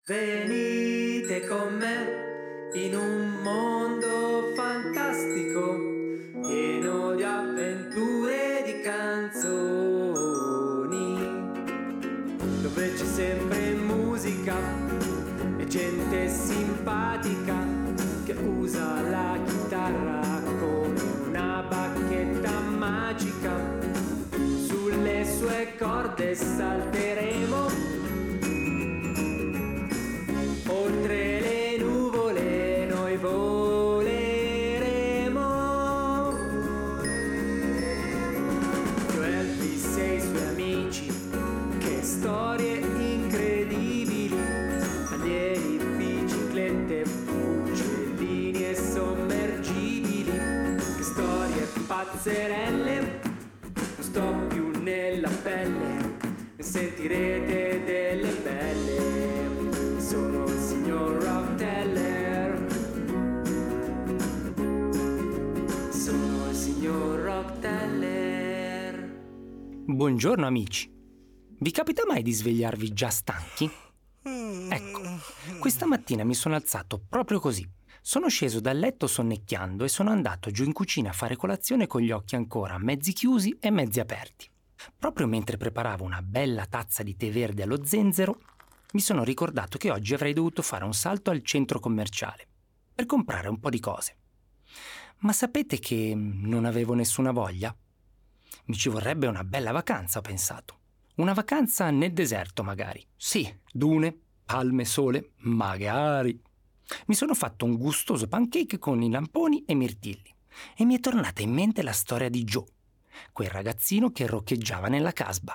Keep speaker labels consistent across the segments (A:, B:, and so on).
A: Venite con me in un mondo fantastico, pieno di avventure e di canzoni, dove c'è sempre musica e gente simpatica che usa la chitarra come una bacchetta magica. Sulle sue corde salteremo oltre le nuvole, noi voleremo. Io Elvis e i suoi amici, che storie incredibili, alieni, biciclette, uccellini e sommergibili, che storie pazzerelle, non sto più nella pelle, ne sentirete delle belle. Sono il signor Rockteller. Sono il signor Rockteller.
B: Buongiorno amici. Vi capita mai di svegliarvi già stanchi? Ecco, questa mattina mi sono alzato proprio così. Sono sceso dal letto sonnecchiando e sono andato giù in cucina a fare colazione con gli occhi ancora mezzi chiusi e mezzi aperti. Proprio mentre preparavo una bella tazza di tè verde allo zenzero, mi sono ricordato che oggi avrei dovuto fare un salto al centro commerciale per comprare un po' di cose. Ma sapete che non avevo nessuna voglia? Mi ci vorrebbe una bella vacanza, ho pensato. Una vacanza nel deserto, magari. Sì, dune, palme, sole, magari. Mi sono fatto un gustoso pancake con i lamponi e mirtilli e mi è tornata in mente la storia di Joe, quel ragazzino che roccheggiava nella casbah.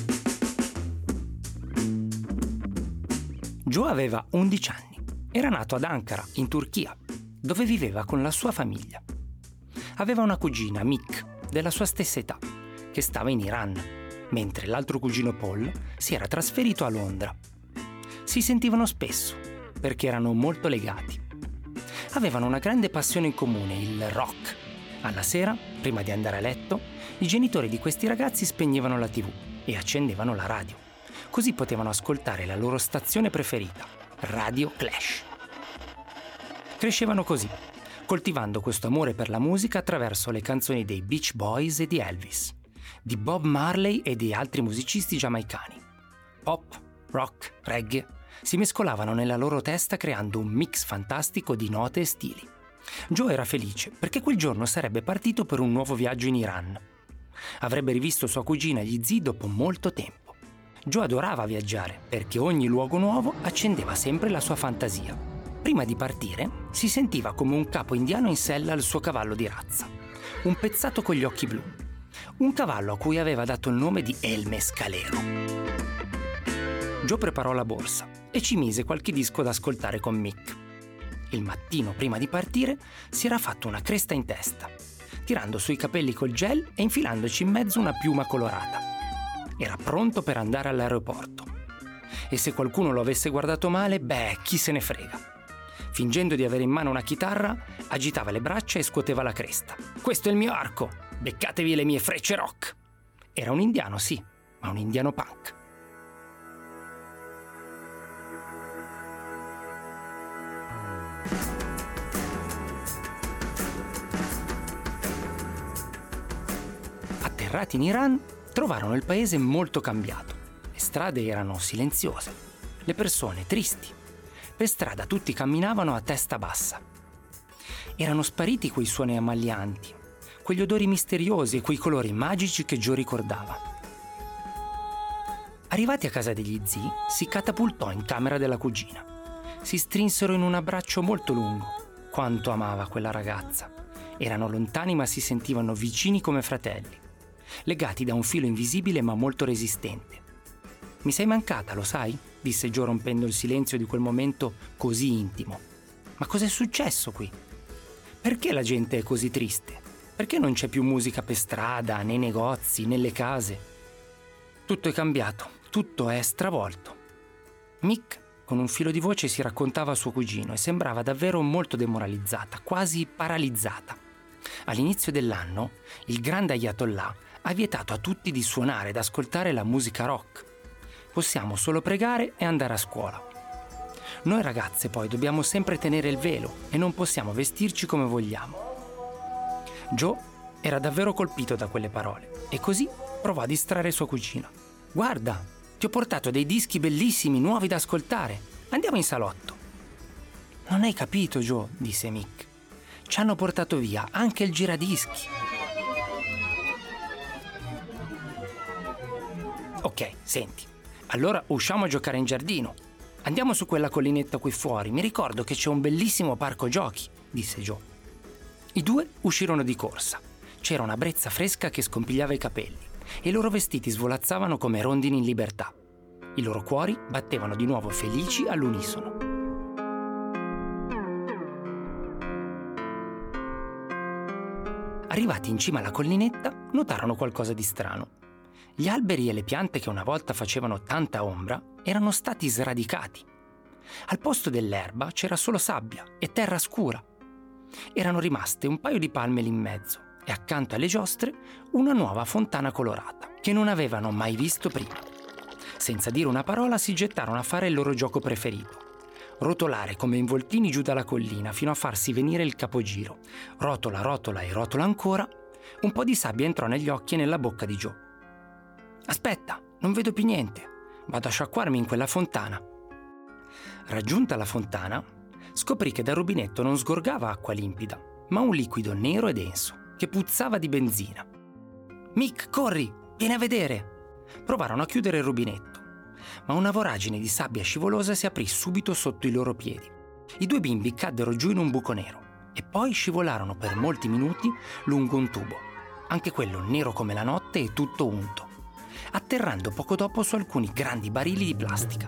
B: Joe aveva 11 anni. Era nato ad Ankara, in Turchia, dove viveva con la sua famiglia. Aveva una cugina, Mick, della sua stessa età, che stava in Iran, mentre l'altro cugino Paul si era trasferito a Londra. Si sentivano spesso, perché erano molto legati. Avevano una grande passione in comune, il rock. Alla sera, prima di andare a letto, i genitori di questi ragazzi spegnevano la TV e accendevano la radio. Così potevano ascoltare la loro stazione preferita, Radio Clash. Crescevano così, coltivando questo amore per la musica attraverso le canzoni dei Beach Boys e di Elvis, di Bob Marley e di altri musicisti giamaicani. Pop, rock, reggae si mescolavano nella loro testa creando un mix fantastico di note e stili. Joe era felice perché quel giorno sarebbe partito per un nuovo viaggio in Iran. Avrebbe rivisto sua cugina e gli zii dopo molto tempo. Joe adorava viaggiare perché ogni luogo nuovo accendeva sempre la sua fantasia. Prima di partire si sentiva come un capo indiano in sella al suo cavallo di razza, un pezzato con gli occhi blu, un cavallo a cui aveva dato il nome di El Mescalero. Joe preparò la borsa e ci mise qualche disco da ascoltare con Mick. Il mattino prima di partire si era fatto una cresta in testa, tirando sui capelli col gel e infilandoci in mezzo una piuma colorata. Era pronto per andare all'aeroporto. E se qualcuno lo avesse guardato male, chi se ne frega. Fingendo di avere in mano una chitarra, agitava le braccia e scuoteva la cresta. Questo è il mio arco, beccatevi le mie frecce rock. Era un indiano, sì, ma un indiano punk. Atterrati in Iran, trovarono il paese molto cambiato. Le strade erano silenziose, le persone tristi. Per strada tutti camminavano a testa bassa. Erano spariti quei suoni ammaglianti, quegli odori misteriosi e quei colori magici che Joe ricordava. Arrivati a casa degli zii, si catapultò in camera della cugina. Si strinsero in un abbraccio molto lungo. Quanto amava quella ragazza. Erano lontani ma si sentivano vicini come fratelli, legati da un filo invisibile ma molto resistente. Mi sei mancata, lo sai? Disse Joe rompendo il silenzio di quel momento così intimo. Ma cos'è successo qui? Perché la gente è così triste? Perché non c'è più musica per strada, nei negozi, nelle case? Tutto è cambiato, tutto è stravolto. Mick, con un filo di voce, si raccontava a suo cugino e sembrava davvero molto demoralizzata, quasi paralizzata. All'inizio dell'anno, il grande Ayatollah ha vietato a tutti di suonare ed ascoltare la musica rock. Possiamo solo pregare e andare a scuola. Noi ragazze poi dobbiamo sempre tenere il velo e non possiamo vestirci come vogliamo. Joe era davvero colpito da quelle parole e così provò a distrarre sua cugina. Guarda, ti ho portato dei dischi bellissimi, nuovi da ascoltare. Andiamo in salotto. Non hai capito, Joe, disse Mick. Ci hanno portato via anche il giradischi. Ok, senti, allora usciamo a giocare in giardino. Andiamo su quella collinetta qui fuori, mi ricordo che c'è un bellissimo parco giochi, disse Joe. I due uscirono di corsa. C'era una brezza fresca che scompigliava i capelli e i loro vestiti svolazzavano come rondini in libertà. I loro cuori battevano di nuovo felici all'unisono. Arrivati in cima alla collinetta, notarono qualcosa di strano. Gli alberi e le piante che una volta facevano tanta ombra erano stati sradicati. Al posto dell'erba c'era solo sabbia e terra scura. Erano rimaste un paio di palme lì in mezzo e accanto alle giostre una nuova fontana colorata che non avevano mai visto prima. Senza dire una parola si gettarono a fare il loro gioco preferito. Rotolare come involtini giù dalla collina fino a farsi venire il capogiro. Rotola, rotola e rotola ancora. Un po' di sabbia entrò negli occhi e nella bocca di Joe. Aspetta, non vedo più niente. Vado a sciacquarmi in quella fontana. Raggiunta la fontana, scoprì che dal rubinetto non sgorgava acqua limpida, ma un liquido nero e denso, che puzzava di benzina. Mick, corri, vieni a vedere! Provarono a chiudere il rubinetto, ma una voragine di sabbia scivolosa si aprì subito sotto i loro piedi. I due bimbi caddero giù in un buco nero e poi scivolarono per molti minuti lungo un tubo, anche quello nero come la notte e tutto unto, atterrando poco dopo su alcuni grandi barili di plastica.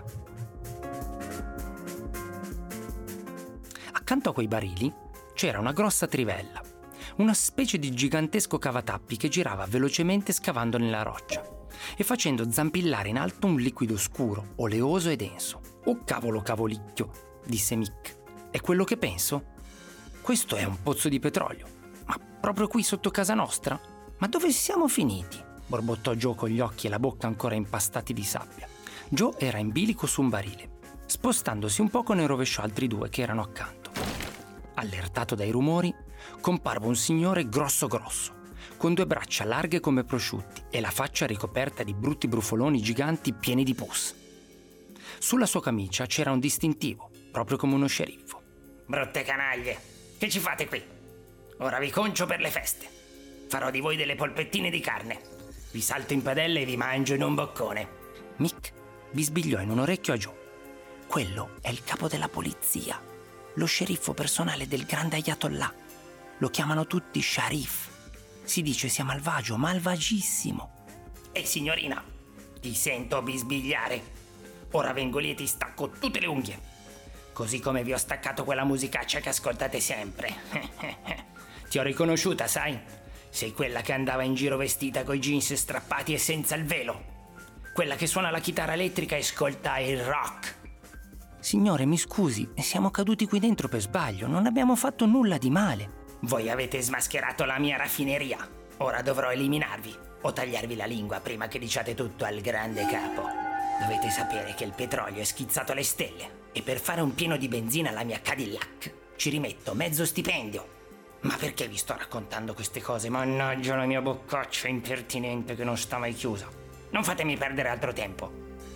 B: Accanto a quei barili c'era una grossa trivella, una specie di gigantesco cavatappi che girava velocemente scavando nella roccia e facendo zampillare in alto un liquido scuro, oleoso e denso. «Oh cavolo cavolicchio», disse Mick. «È quello che penso? Questo è un pozzo di petrolio. Ma proprio qui sotto casa nostra? Ma dove siamo finiti?» borbottò Joe con gli occhi e la bocca ancora impastati di sabbia. Joe era in bilico su un barile. Spostandosi un poco ne rovesciò altri due che erano accanto. Allertato dai rumori, comparve un signore grosso, con due braccia larghe come prosciutti e la faccia ricoperta di brutti brufoloni giganti pieni di pus. Sulla sua camicia c'era un distintivo, proprio come uno sceriffo. «Brutte canaglie, che ci fate qui? Ora vi concio per le feste. Farò di voi delle polpettine di carne. Vi salto in padella e vi mangio in un boccone». Mick bisbigliò in un orecchio a Joe. «Quello è il capo della polizia, lo sceriffo personale del grande Ayatollah. Lo chiamano tutti Sharif. Si dice sia malvagio, malvagissimo». Signorina, ti sento bisbigliare. Ora vengo lì e ti stacco tutte le unghie. Così come vi ho staccato quella musicaccia che ascoltate sempre. Ti ho riconosciuta, sai? Sei quella che andava in giro vestita coi jeans strappati e senza il velo. Quella che suona la chitarra elettrica e ascolta il rock. Signore, mi scusi, siamo caduti qui dentro per sbaglio, non abbiamo fatto nulla di male. Voi avete smascherato la mia raffineria. Ora dovrò eliminarvi o tagliarvi la lingua prima che diciate tutto al grande capo. Dovete sapere che il petrolio è schizzato alle stelle e per fare un pieno di benzina alla mia Cadillac ci rimetto mezzo stipendio. Ma perché vi sto raccontando queste cose? Mannaggia la mia boccaccia impertinente che non sta mai chiusa. Non fatemi perdere altro tempo.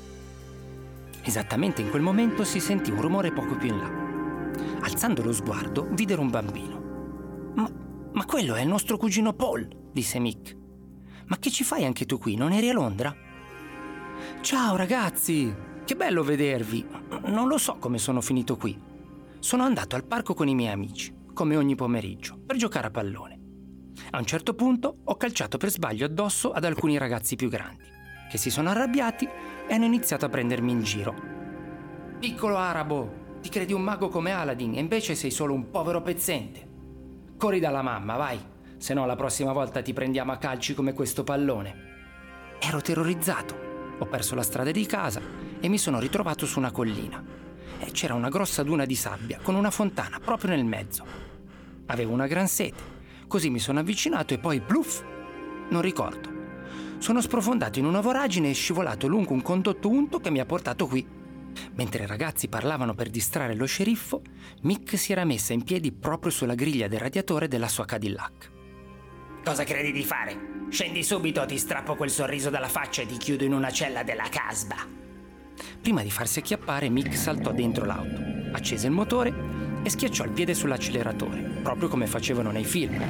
B: Esattamente in quel momento si sentì un rumore poco più in là. Alzando lo sguardo, videro un bambino. Ma quello è il nostro cugino Paul, disse Mick. Ma che ci fai anche tu qui? Non eri a Londra? Ciao ragazzi, che bello vedervi. Non lo so come sono finito qui. Sono andato al parco con i miei amici, come ogni pomeriggio, per giocare a pallone. A un certo punto ho calciato per sbaglio addosso ad alcuni ragazzi più grandi, che si sono arrabbiati e hanno iniziato a prendermi in giro. Piccolo arabo, ti credi un mago come Aladdin e invece sei solo un povero pezzente. Corri dalla mamma, vai, se no la prossima volta ti prendiamo a calci come questo pallone. Ero terrorizzato. Ho perso la strada di casa e mi sono ritrovato su una collina. E c'era una grossa duna di sabbia con una fontana proprio nel mezzo. Avevo una gran sete, così mi sono avvicinato e poi pluff! Non ricordo. Sono sprofondato in una voragine e scivolato lungo un condotto unto che mi ha portato qui. Mentre i ragazzi parlavano per distrarre lo sceriffo, Mick si era messa in piedi proprio sulla griglia del radiatore della sua Cadillac.
C: Cosa credi di fare? Scendi subito, ti strappo quel sorriso dalla faccia e ti chiudo in una cella della casba.
B: Prima di farsi acchiappare, Mick saltò dentro l'auto, accese il motore e schiacciò il piede sull'acceleratore, proprio come facevano nei film.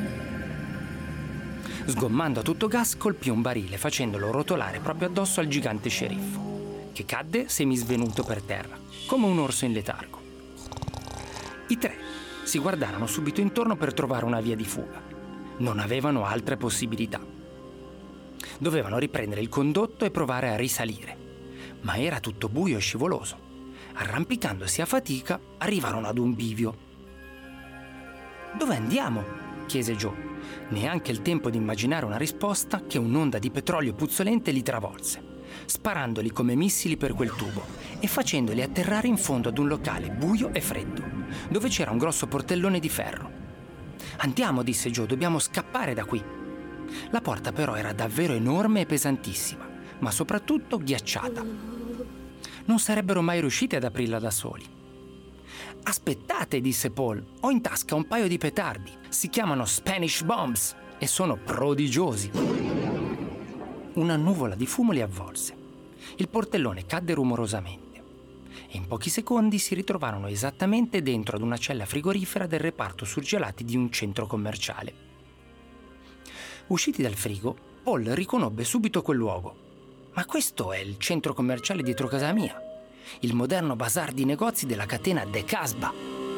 B: Sgommando a tutto gas, colpì un barile facendolo rotolare proprio addosso al gigante sceriffo, che cadde semisvenuto per terra, come un orso in letargo. I tre si guardarono subito intorno per trovare una via di fuga. Non avevano altre possibilità. Dovevano riprendere il condotto e provare a risalire, ma era tutto buio e scivoloso. Arrampicandosi a fatica, arrivarono ad un bivio. «Dove andiamo?» chiese Joe. Neanche il tempo di immaginare una risposta che un'onda di petrolio puzzolente li travolse, sparandoli come missili per quel tubo e facendoli atterrare in fondo ad un locale buio e freddo, dove c'era un grosso portellone di ferro. «Andiamo», disse Joe, «dobbiamo scappare da qui». La porta però era davvero enorme e pesantissima, ma soprattutto ghiacciata. Non sarebbero mai riusciti ad aprirla da soli. «Aspettate», disse Paul, «ho in tasca un paio di petardi. Si chiamano Spanish Bombs e sono prodigiosi». Una nuvola di fumo li avvolse. Il portellone cadde rumorosamente e in pochi secondi si ritrovarono esattamente dentro ad una cella frigorifera del reparto surgelati di un centro commerciale. Usciti dal frigo, Paul riconobbe subito quel luogo. «Ma questo è il centro commerciale dietro casa mia, il moderno bazar di negozi della catena De Casbah».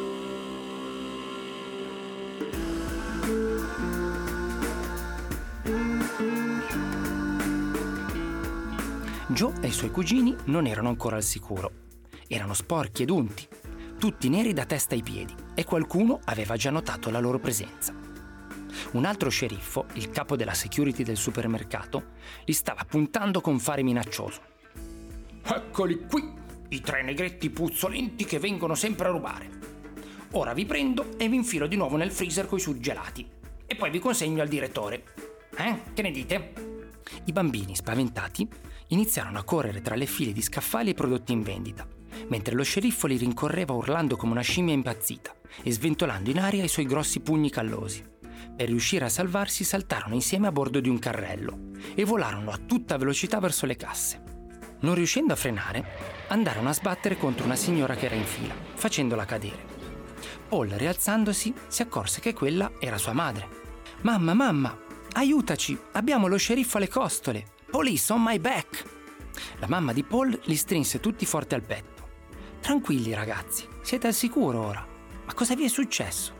B: Joe e i suoi cugini non erano ancora al sicuro. Erano sporchi ed unti, tutti neri da testa ai piedi, e qualcuno aveva già notato la loro presenza. Un altro sceriffo, il capo della security del supermercato, li stava puntando con fare minaccioso. «Eccoli qui, i tre negretti puzzolenti che vengono sempre a rubare. Ora vi prendo e vi infilo di nuovo nel freezer coi surgelati, e poi vi consegno al direttore. Che ne dite?» I bambini, spaventati, iniziarono a correre tra le file di scaffali e prodotti in vendita, mentre lo sceriffo li rincorreva urlando come una scimmia impazzita e sventolando in aria i suoi grossi pugni callosi. Per riuscire a salvarsi saltarono insieme a bordo di un carrello e volarono a tutta velocità verso le casse. Non riuscendo a frenare, andarono a sbattere contro una signora che era in fila, facendola cadere. Paul, rialzandosi, si accorse che quella era sua madre. «Mamma, mamma, aiutaci, abbiamo lo sceriffo alle costole! Police on my back!» La mamma di Paul li strinse tutti forte al petto. «Tranquilli ragazzi, siete al sicuro ora. Ma cosa vi è successo?»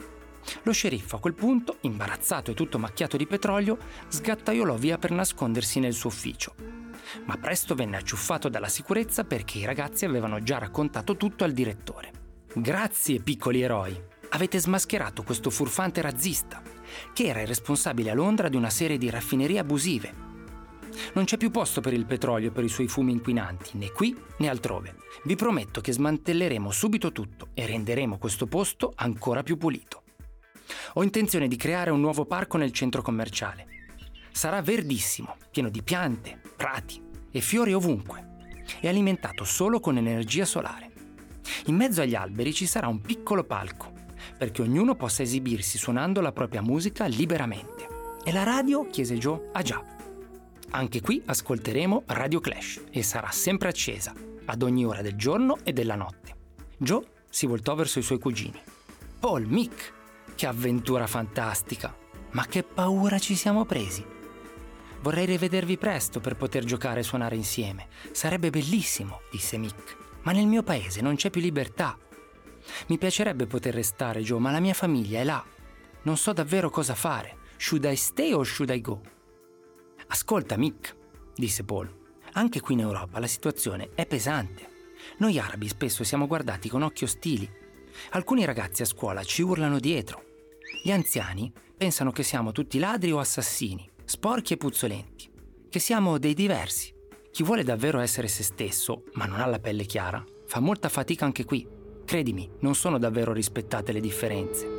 B: Lo sceriffo a quel punto, imbarazzato e tutto macchiato di petrolio, sgattaiolò via per nascondersi nel suo ufficio. Ma presto venne acciuffato dalla sicurezza perché i ragazzi avevano già raccontato tutto al direttore. «Grazie, piccoli eroi! Avete smascherato questo furfante razzista, che era il responsabile a Londra di una serie di raffinerie abusive. Non c'è più posto per il petrolio e per i suoi fumi inquinanti, né qui né altrove. Vi prometto che smantelleremo subito tutto e renderemo questo posto ancora più pulito. Ho intenzione di creare un nuovo parco nel centro commerciale. Sarà verdissimo, pieno di piante, prati e fiori ovunque, e alimentato solo con energia solare. In mezzo agli alberi ci sarà un piccolo palco, perché ognuno possa esibirsi suonando la propria musica liberamente. E la radio?» chiese Joe. «Ah già. Anche qui ascolteremo Radio Clash e sarà sempre accesa, ad ogni ora del giorno e della notte». Joe si voltò verso i suoi cugini. «Paul, Mick, che avventura fantastica! Ma che paura ci siamo presi! Vorrei rivedervi presto per poter giocare e suonare insieme. Sarebbe bellissimo», disse Mick. «Ma nel mio paese non c'è più libertà. Mi piacerebbe poter restare, Joe, ma la mia famiglia è là. Non so davvero cosa fare. Should I stay or should I go?» «Ascolta, Mick», disse Paul, «anche qui in Europa la situazione è pesante. Noi arabi spesso siamo guardati con occhi ostili. Alcuni ragazzi a scuola ci urlano dietro. Gli anziani pensano che siamo tutti ladri o assassini, sporchi e puzzolenti, che siamo dei diversi. Chi vuole davvero essere se stesso, ma non ha la pelle chiara, fa molta fatica anche qui. Credimi, non sono davvero rispettate le differenze».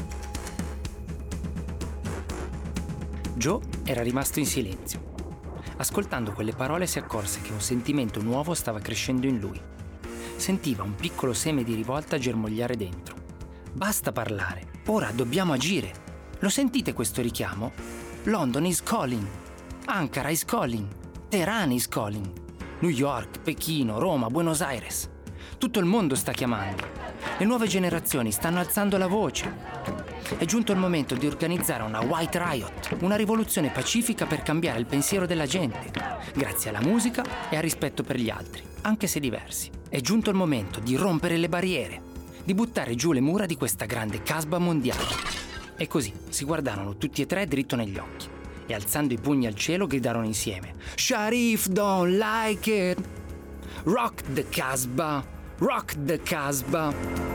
B: Joe era rimasto in silenzio. Ascoltando quelle parole si accorse che un sentimento nuovo stava crescendo in lui. Sentiva un piccolo seme di rivolta germogliare dentro. Basta parlare, ora dobbiamo agire. Lo sentite questo richiamo? London is calling, Ankara is calling, Teheran is calling, New York, Pechino, Roma, Buenos Aires. Tutto il mondo sta chiamando. Le nuove generazioni stanno alzando la voce. È giunto il momento di organizzare una White Riot, una rivoluzione pacifica per cambiare il pensiero della gente, grazie alla musica e al rispetto per gli altri, anche se diversi. È giunto il momento di rompere le barriere, di buttare giù le mura di questa grande casba mondiale. E così si guardarono tutti e tre dritto negli occhi e alzando i pugni al cielo gridarono insieme: Sharif don't like it! Rock the Casbah! Rock the Casbah!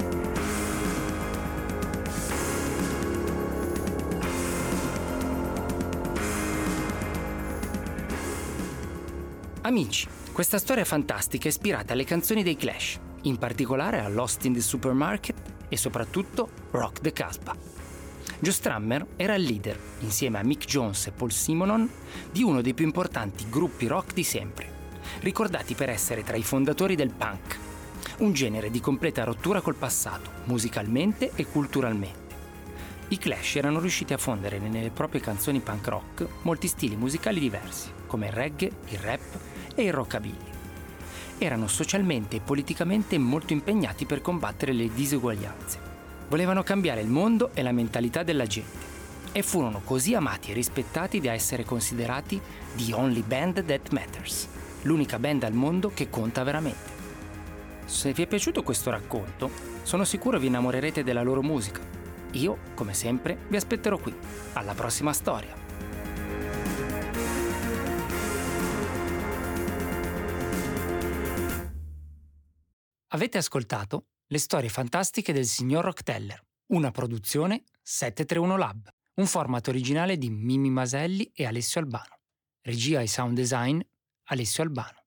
B: Amici, questa storia fantastica è ispirata alle canzoni dei Clash, in particolare a Lost in the Supermarket e soprattutto Rock the Casbah. Joe Strummer era il leader, insieme a Mick Jones e Paul Simonon, di uno dei più importanti gruppi rock di sempre, ricordati per essere tra i fondatori del punk, un genere di completa rottura col passato, musicalmente e culturalmente. I Clash erano riusciti a fondere nelle proprie canzoni punk rock molti stili musicali diversi, come il reggae, il rap e il rockabilly. Erano socialmente e politicamente molto impegnati per combattere le diseguaglianze. Volevano cambiare il mondo e la mentalità della gente e furono così amati e rispettati da essere considerati the only band that matters, l'unica band al mondo che conta veramente. Se vi è piaciuto questo racconto, sono sicuro vi innamorerete della loro musica. Io, come sempre, vi aspetterò qui. Alla prossima storia! Avete ascoltato Le storie fantastiche del signor Rockteller, una produzione 731 Lab, un format originale di Mimmi Maselli e Alessio Albano. Regia e sound design Alessio Albano.